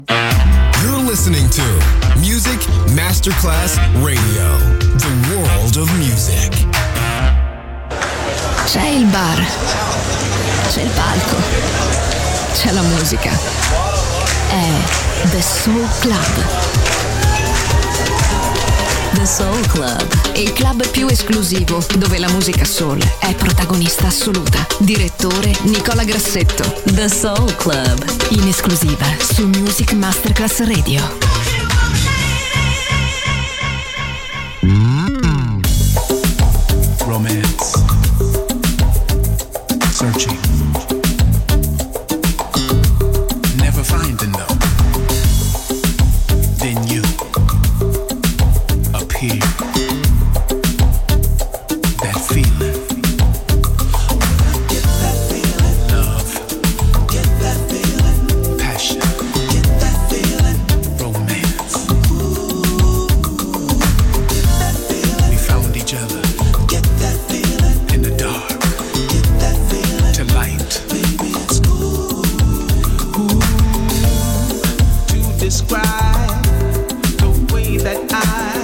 You're listening to Music Masterclass Radio, the world of music. C'è il bar, c'è il palco, c'è la musica. È The Soul Club. The Soul Club, il club più esclusivo dove la musica soul è protagonista assoluta. Direttore Nicola Grassetto. The Soul Club, in esclusiva su Music Masterclass Radio. Romance. Searching. Never finding though. Then you appear. That feeling. Get that feeling. Love. Get that feeling. Passion. Get that feeling. Romance. Get that feeling. We found each other. Get that feeling. In the dark. Get that feeling. To light. Baby, it's cool. To describe the way that I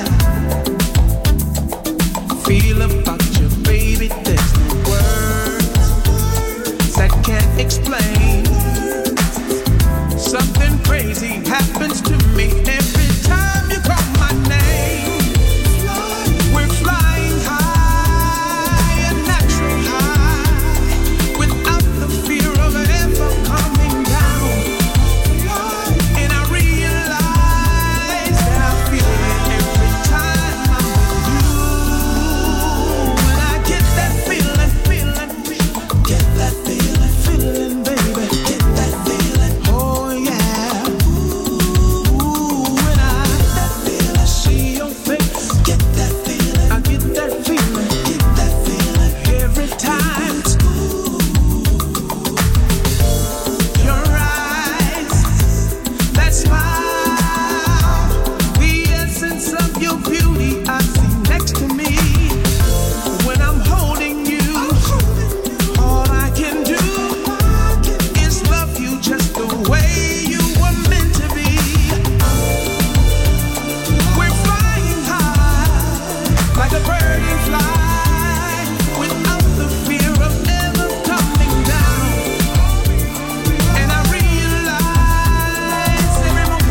feel about you, baby, there's no words that can't explain. Something crazy happens to me every time you call my name. We're flying high, a natural high, without the fear of ever coming down. And I realize that I feel it every time I'm with you. When I get that feeling, get that feeling, baby, get that feeling, oh yeah. When I see your face, get that feeling, I get that feeling every time. Your eyes, that smile, the essence of your beauty I see next to me. When I'm holding you, all I can do is love you just the way you were meant to be. We're flying high, like a bird and fly, without the fear of ever coming down. And I realize every moment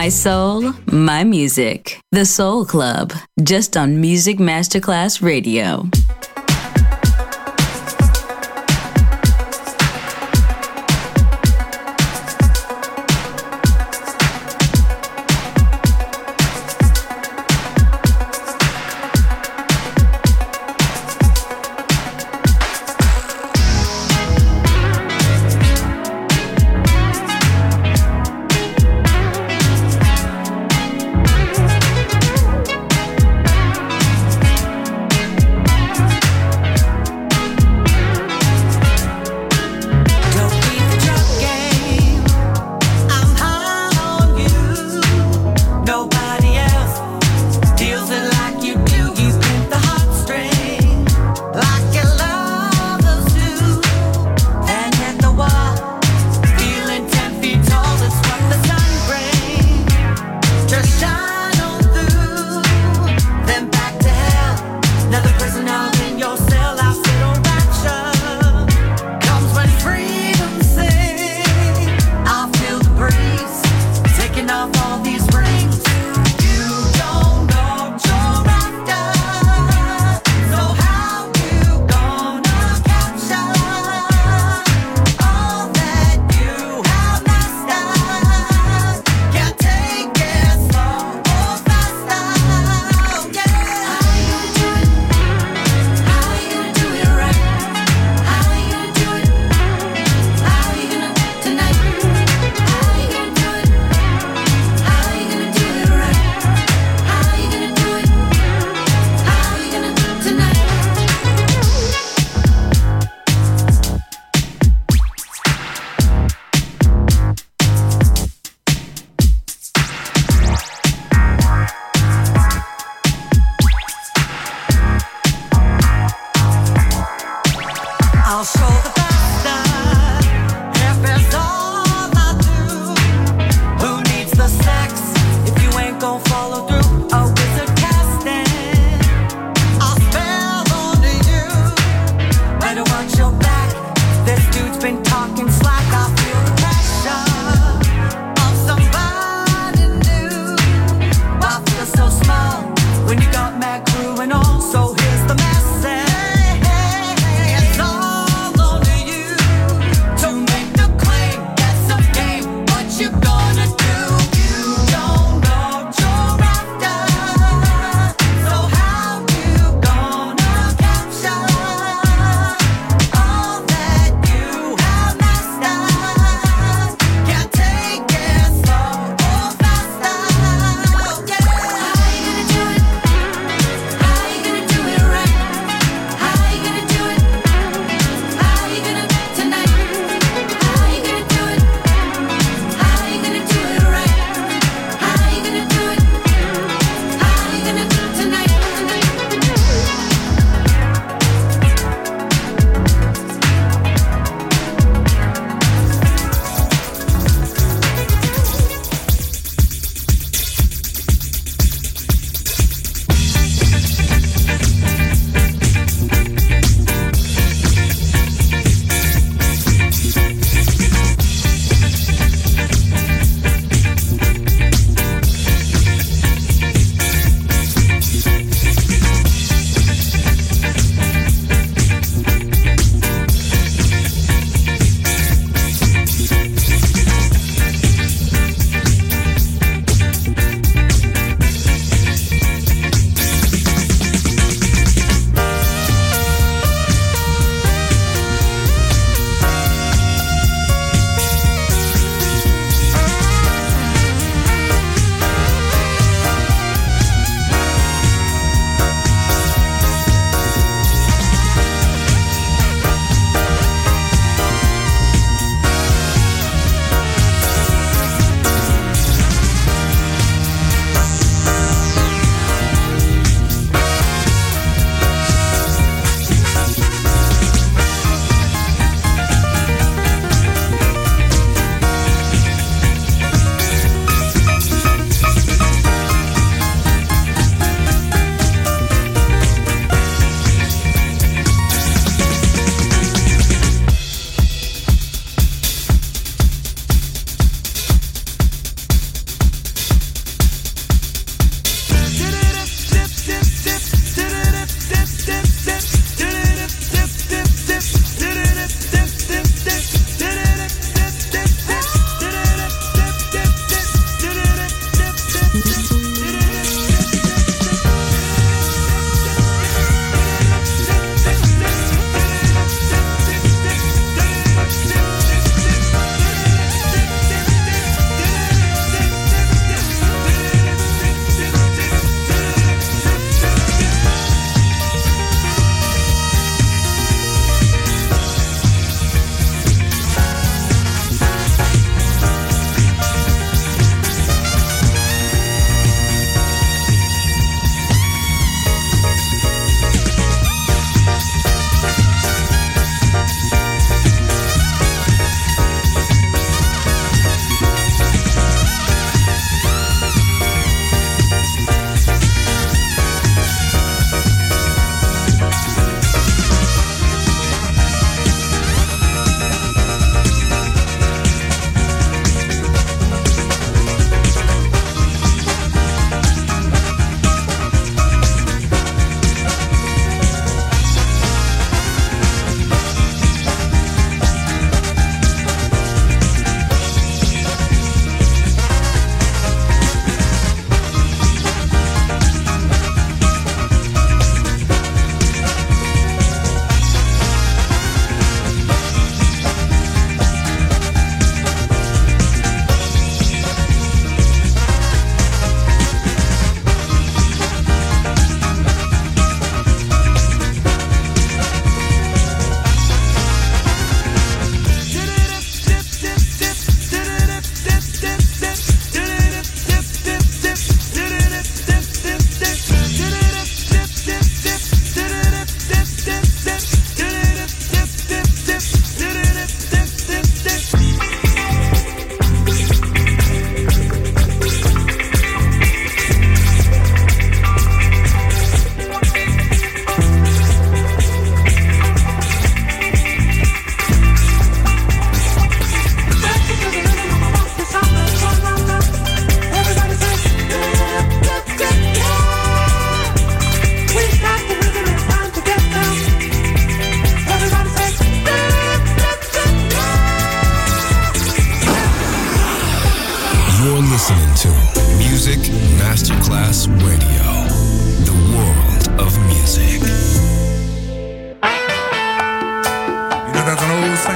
My soul, my music. The Soul Club, just on Music Masterclass Radio.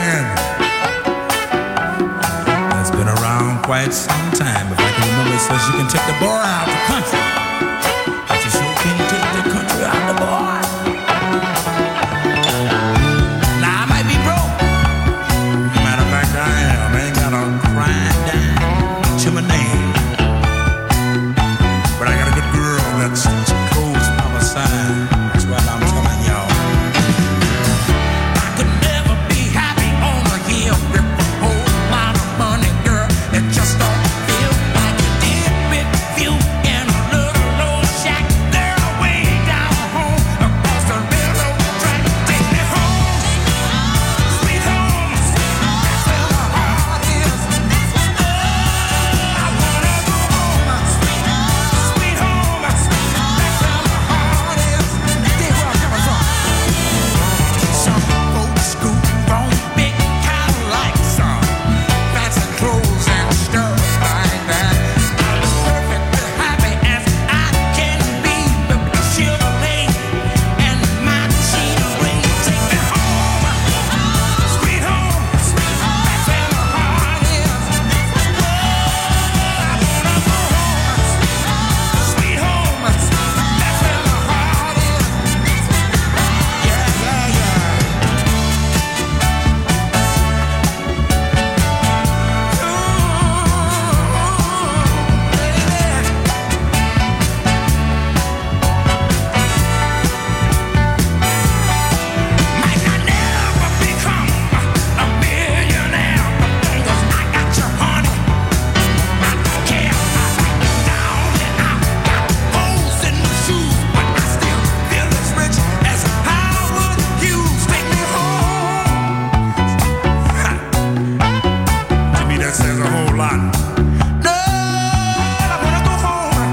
Diane. It's been around quite some time. If I can remember, it says you can take the boy out the country, but you sure can't take the country out the boy. Now I might be broke. Matter of fact, I am. I ain't got a crying dime to my name, but I got a good girl that's close by my side. That's what I'm telling y'all. I could never be happy on a hill with a whole lot of money, girl. It just don't feel like it did with you in a little old shack there way down home across the railroad track. Take me home, sweet home. That's where my heart is. Oh, I wanna go home, sweet home. That's where my heart is. Dig where I'm coming from. Some folks scoop on big Cadillacs, some fancy clothes and stuff like that. I'm as perfectly happy as I can be with the Chevrolet and my machinery. Take me home, sweet home. That's where my heart is. Oh, I wanna go home, sweet home. That's where my heart is. Yeah, yeah, yeah. Might not never become a millionaire, but long as I got you, honey, I don't care. I'm down and out, got holes in my shoes, but I still feel as rich as Howard Hughes. Take me home. To me, that says a whole lot. No, I wanna go home.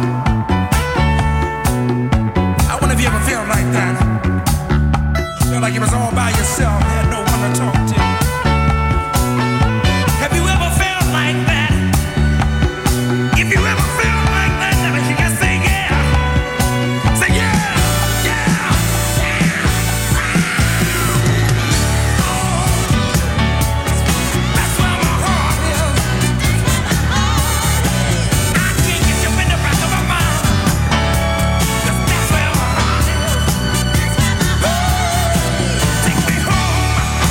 I wonder if you ever felt like that. Felt like you was all by yourself, had no one to talk to. Have you ever felt like that? If you ever felt like that, then you can say yeah. Say yeah, yeah, yeah. That's where my heart is. I can't get you in the back of my mind, 'cause that's where my heart is. Take me home.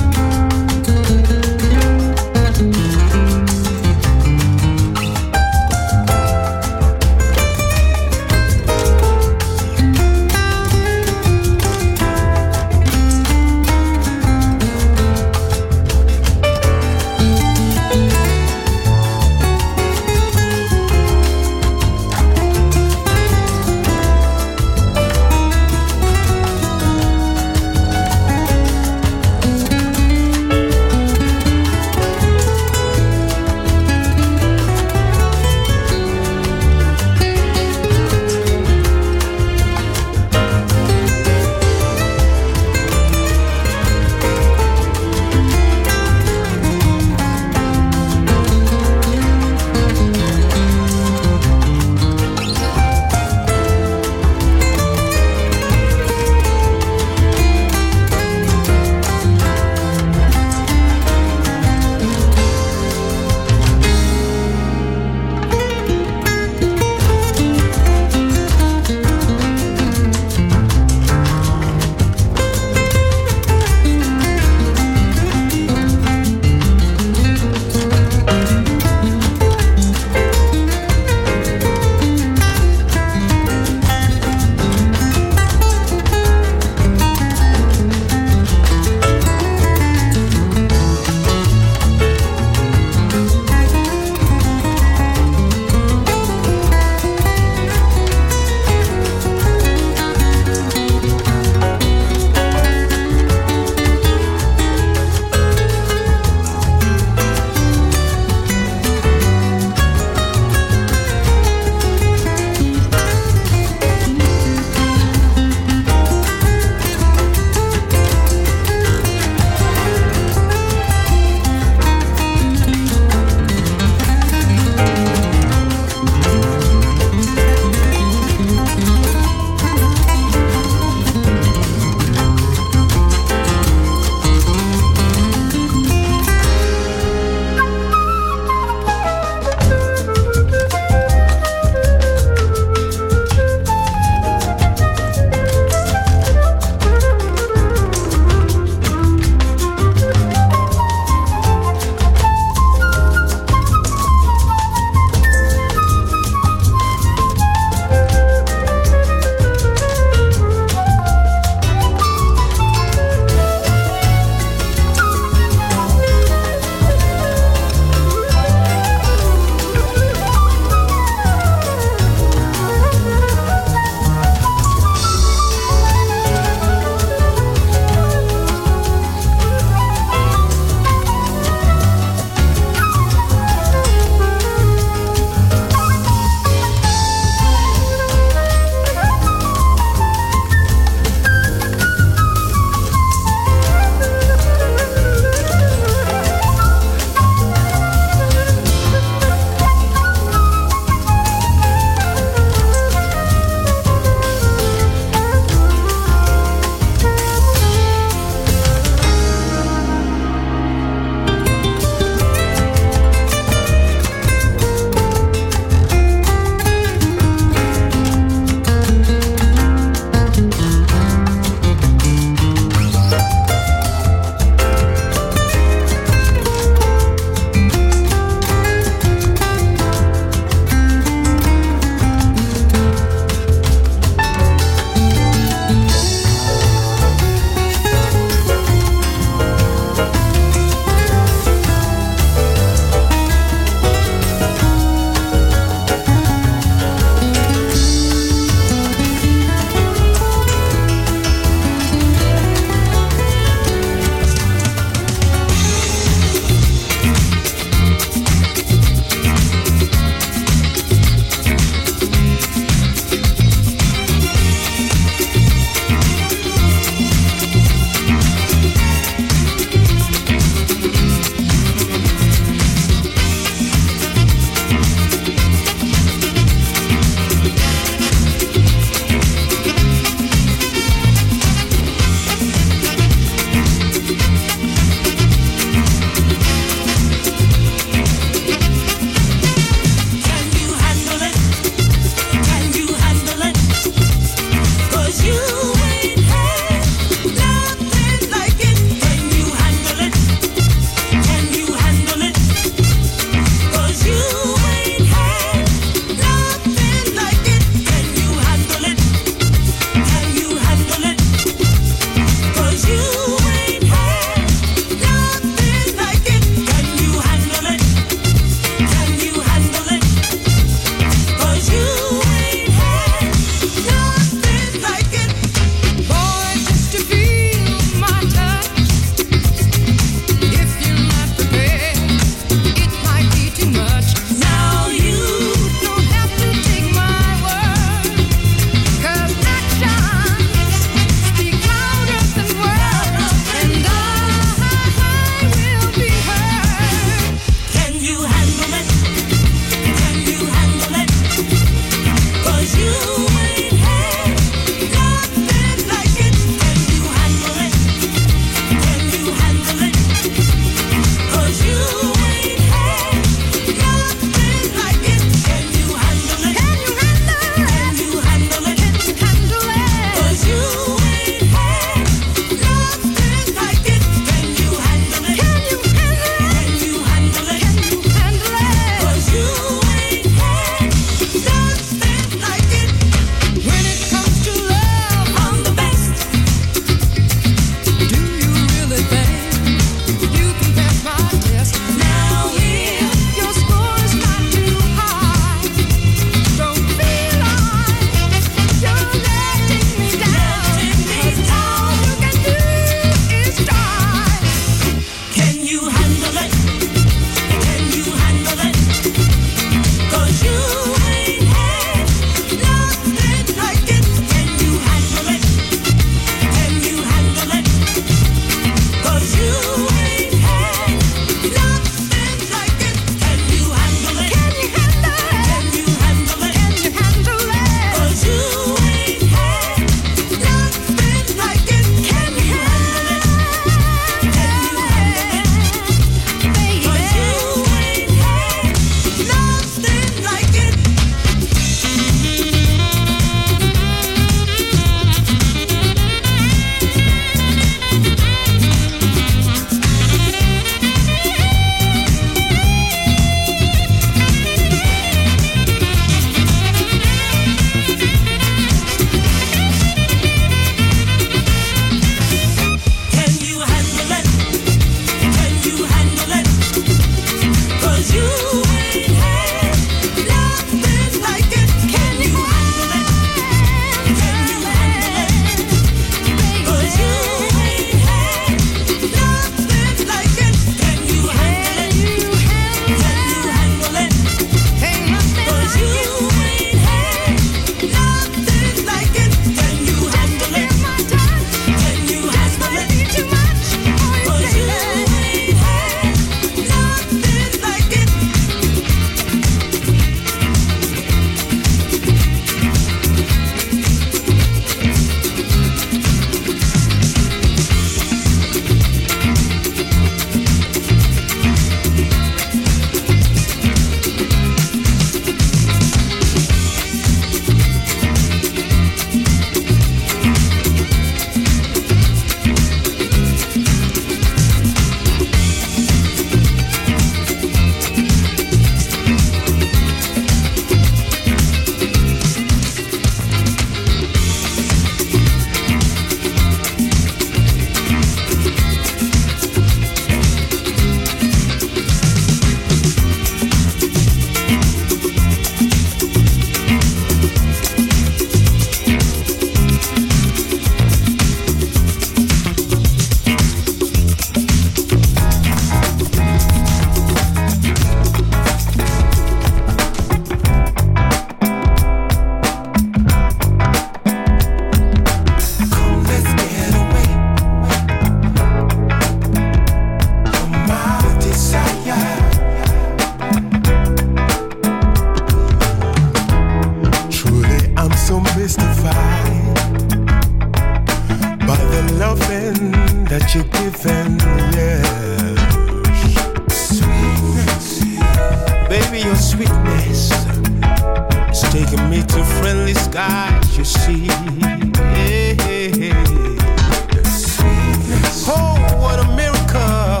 sweetness is taking me to friendly skies, you see. Yeah. Sweetness. Oh, what a miracle.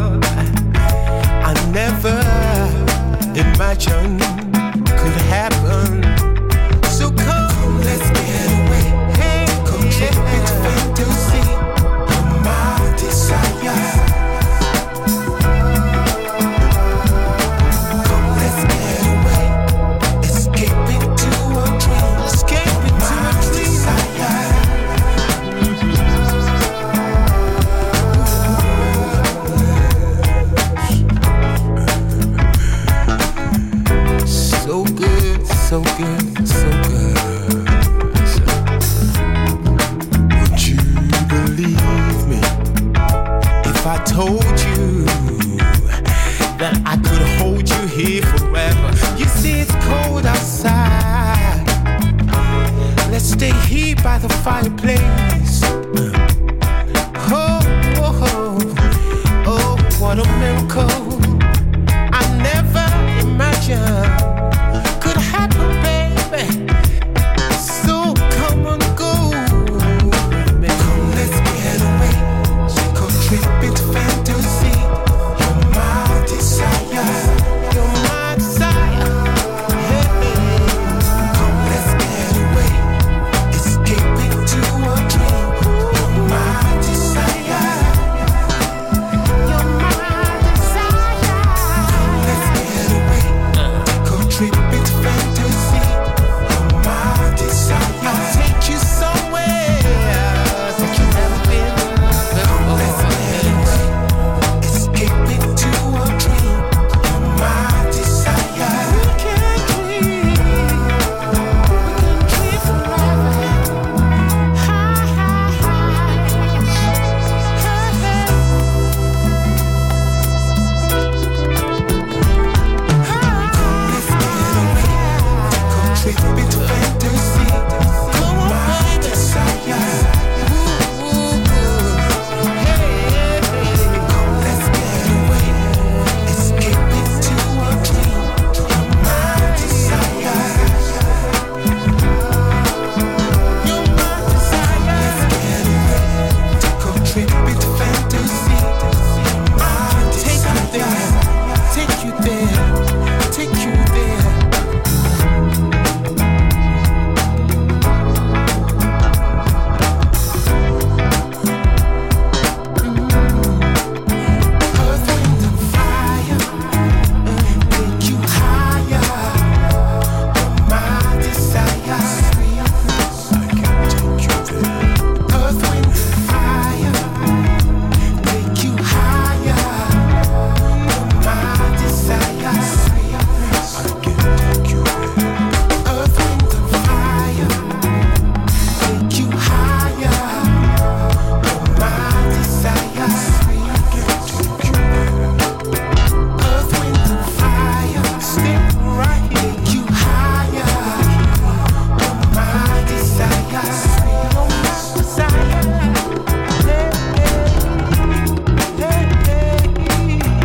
I never imagined could happen. So come, let's get away. Hey, come trip into fantasy. You're my desire. So good, so good. Would you believe me if I told you that I could hold you here forever? You see it's cold outside. Let's stay here by the fireplace. Oh, oh, oh, oh, what a miracle. I never imagined could happen, baby. So come on, go with me. Come, let's get away. Take a trip into fantasy. You're my desire. You're my desire. Hey, hey. Come, let's get away. Escape into a dream. You're my desire. You're my desire. Come, let's get away. Take a trip into fantasy. You're my desire. I'll take you somewhere that you've never been before. Let's get away. Escape into a dream. You're my desire. We can dream. We can dream forever. High, high, high. Let's get away. Take a trip into fantasy. You're my desire. Hey, come, let's get away. Escape into a dream. You're my desire. You're my desire. Let's get away. Take a trip into fantasy. You're my desire. Take you there. Take you there. Earth, wind, and fire, take you higher. You're my desire. I can take you there. Earth, wind, and fire, take you higher. You're my desire. I can take you there. Earth, wind, and fire, take you higher. You're my desire. Earth, wind, and fire, stay right here. Take you higher. You're my desire. You're my desire. Hey, hey, hey.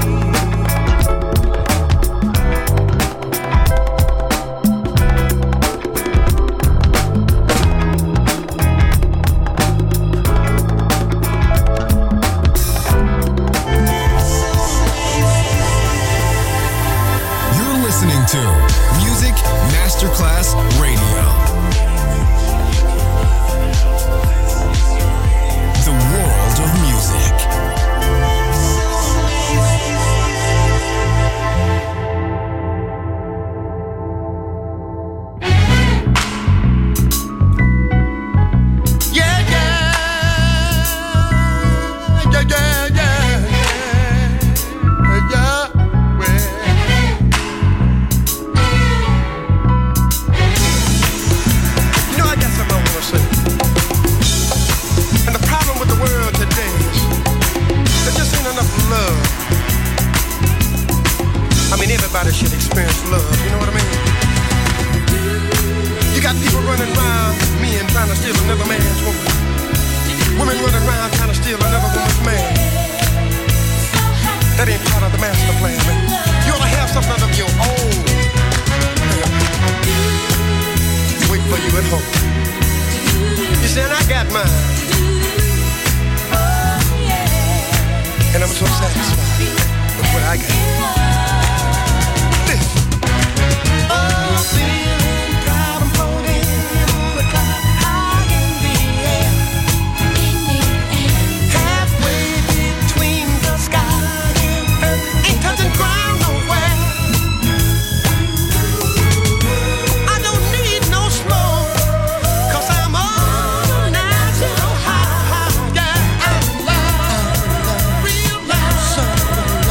You're listening to Music Masterclass Radio. The world of music. Yeah, yeah, yeah, yeah, yeah, yeah, yeah, well. You know, I got something I want to say. And the problem with the world today is there just ain't enough love. I mean, everybody should experience love, you know what I mean? You got people running around, men trying to steal another man's woman. Women running around trying to steal another woman's man. That ain't part of the master plan, man. You ought to have something of your own. for you at home. You said I got mine, and I'm so satisfied with what I got. Oh, feeling proud and floating in the cloud, high in the air, halfway between the sky and earth, ain't touching ground nowhere. I don't need no smoke, 'cause I'm on a natural high, yeah. I'm love, real love.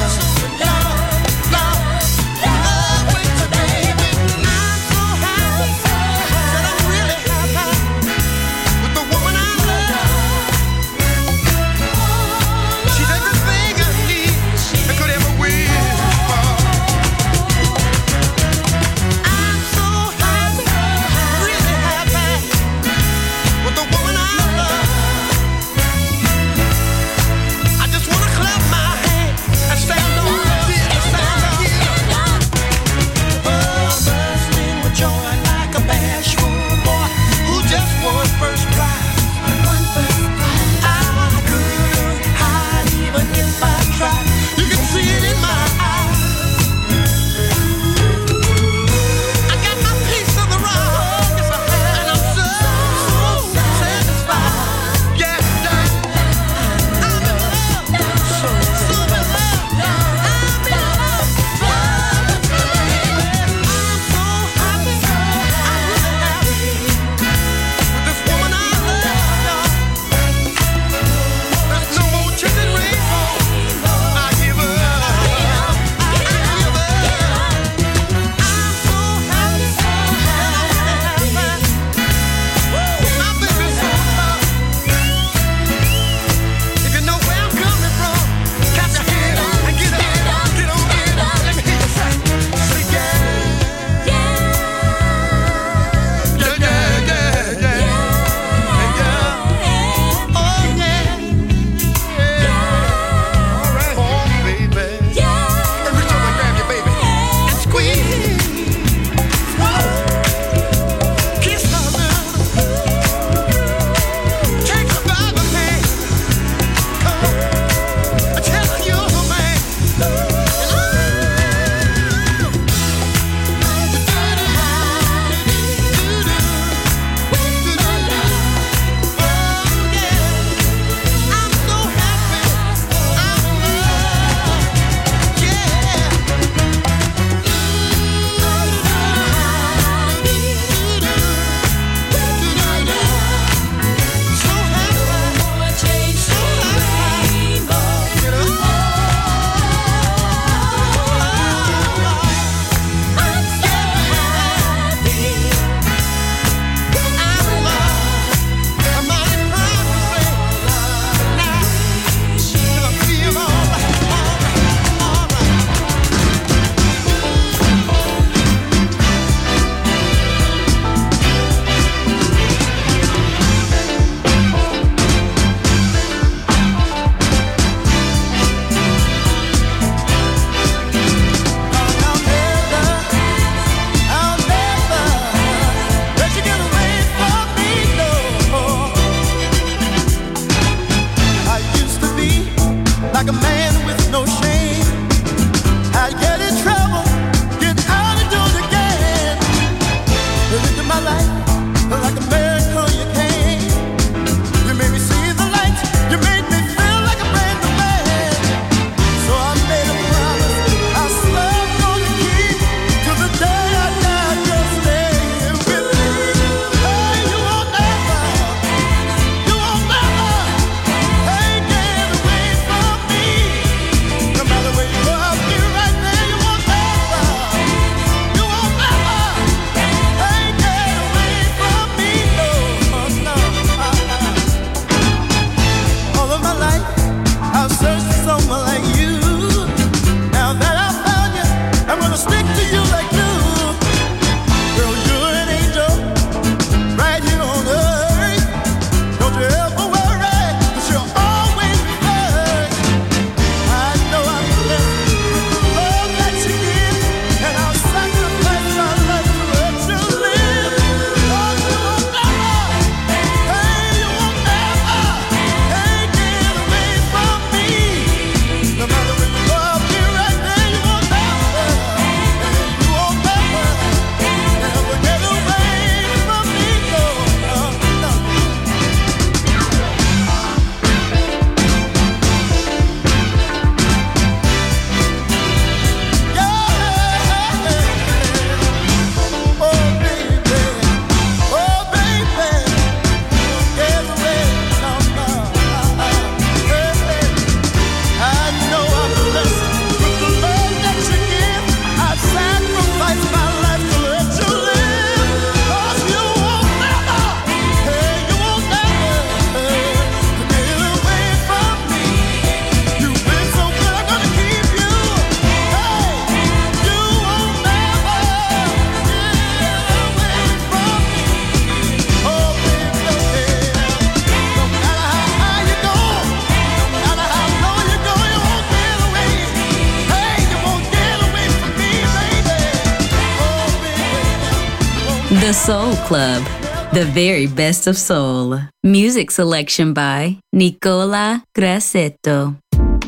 The Soul Club, the very best of soul. Music selection by Nicola Grassetto.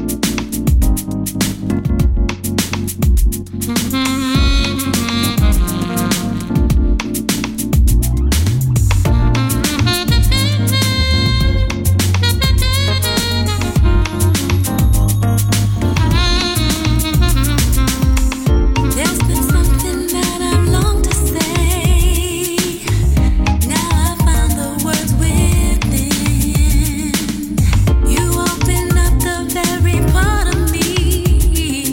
You open up the very part of me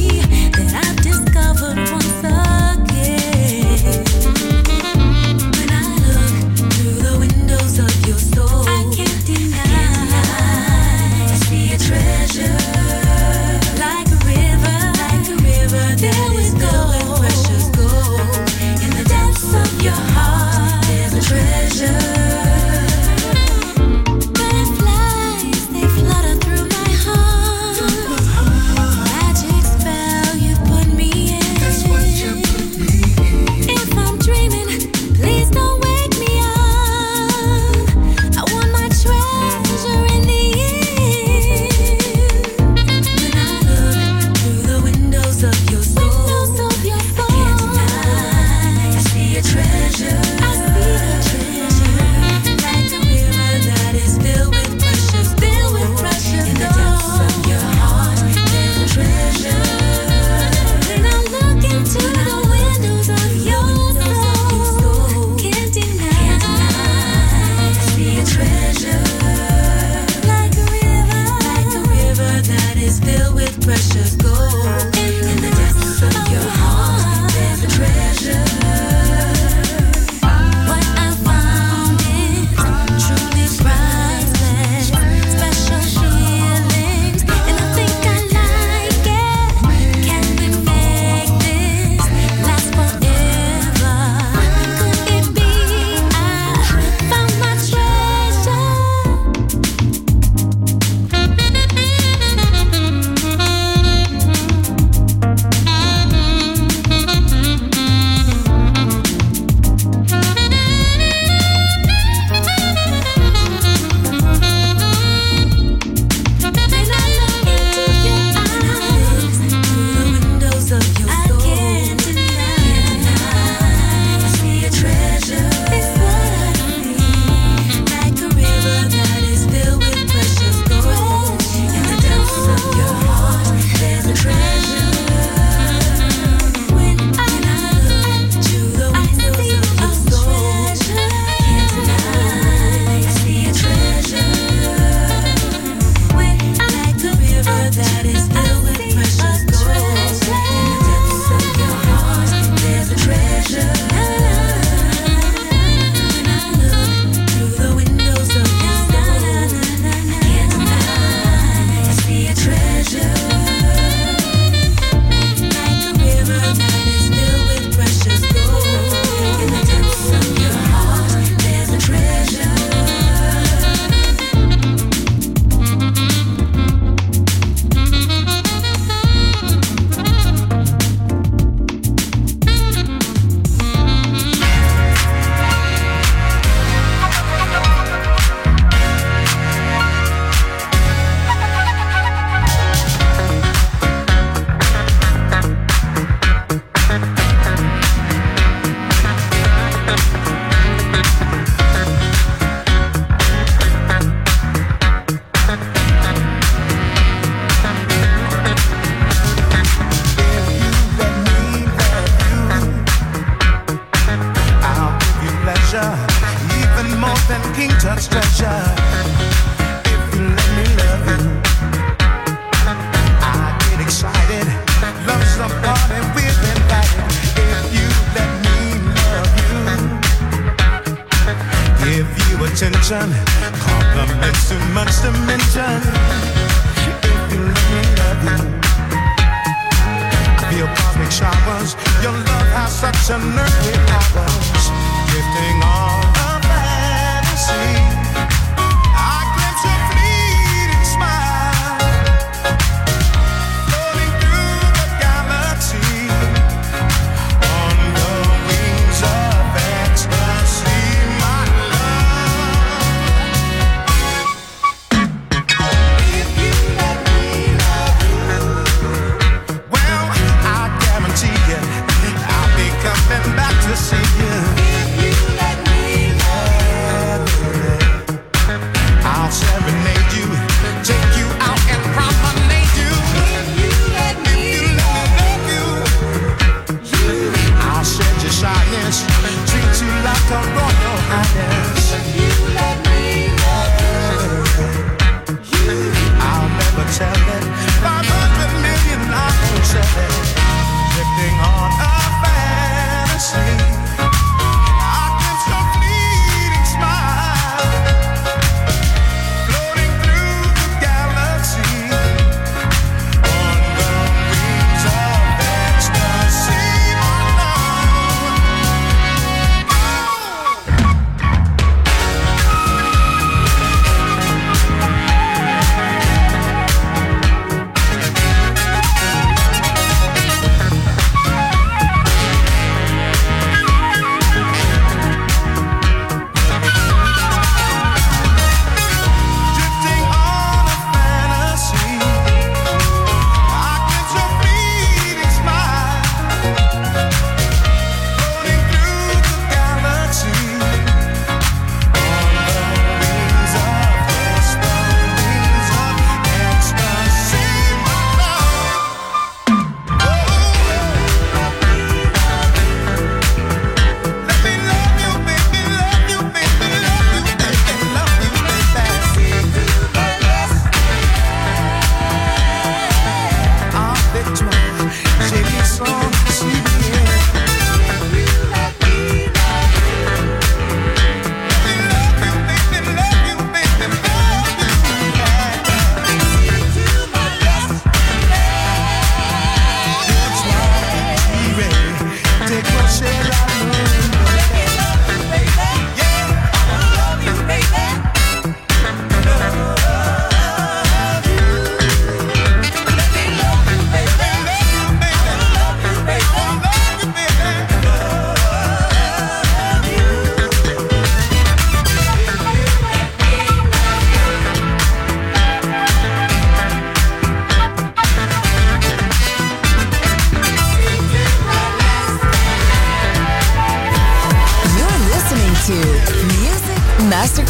attention, compliments too much to mention. If you let me love you, I feel cosmic showers. Your love has such unearthly powers, drifting on a fantasy. I glimpse your fleeting smile, floating through the galaxy on the wings of fantasy.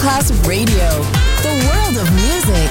Class Radio, the world of music.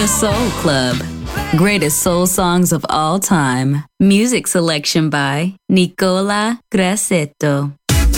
The Soul Club. Greatest soul songs of all time. Music selection by Nicola Grassetto.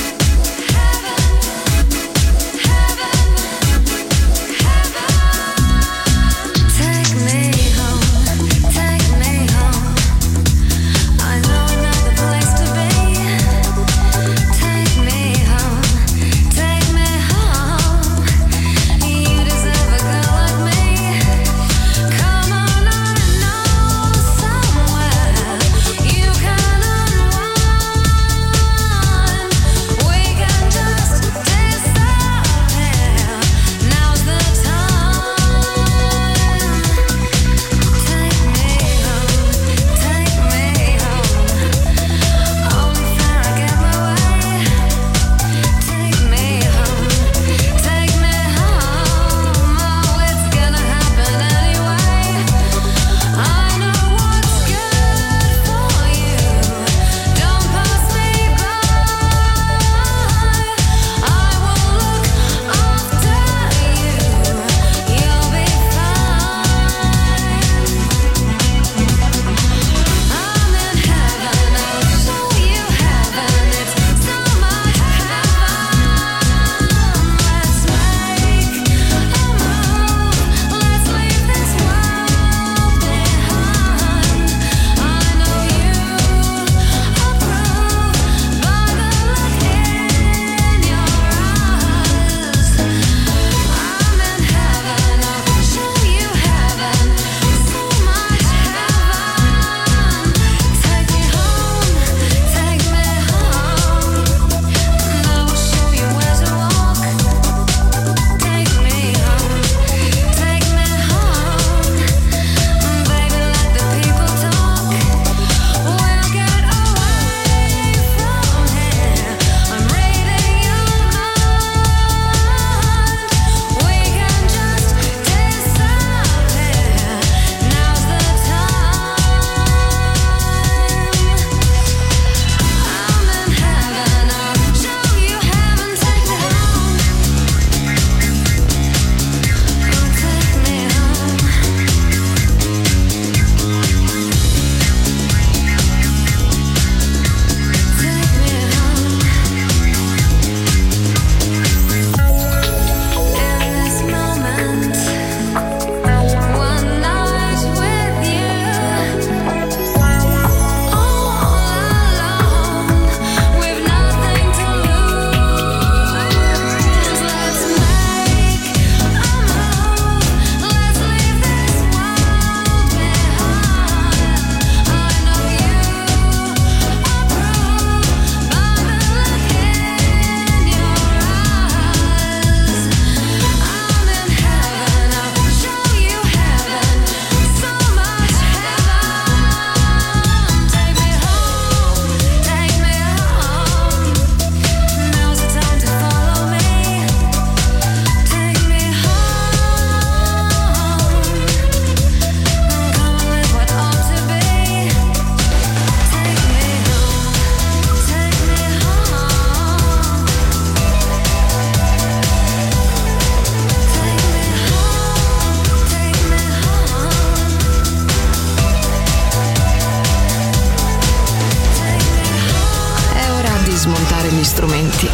Smontare gli strumenti,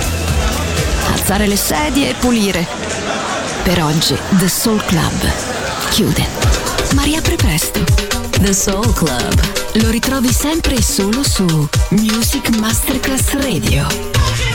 alzare le sedie e pulire. Per oggi The Soul Club chiude, ma riapre presto. The Soul Club lo ritrovi sempre e solo su Music Masterclass Radio.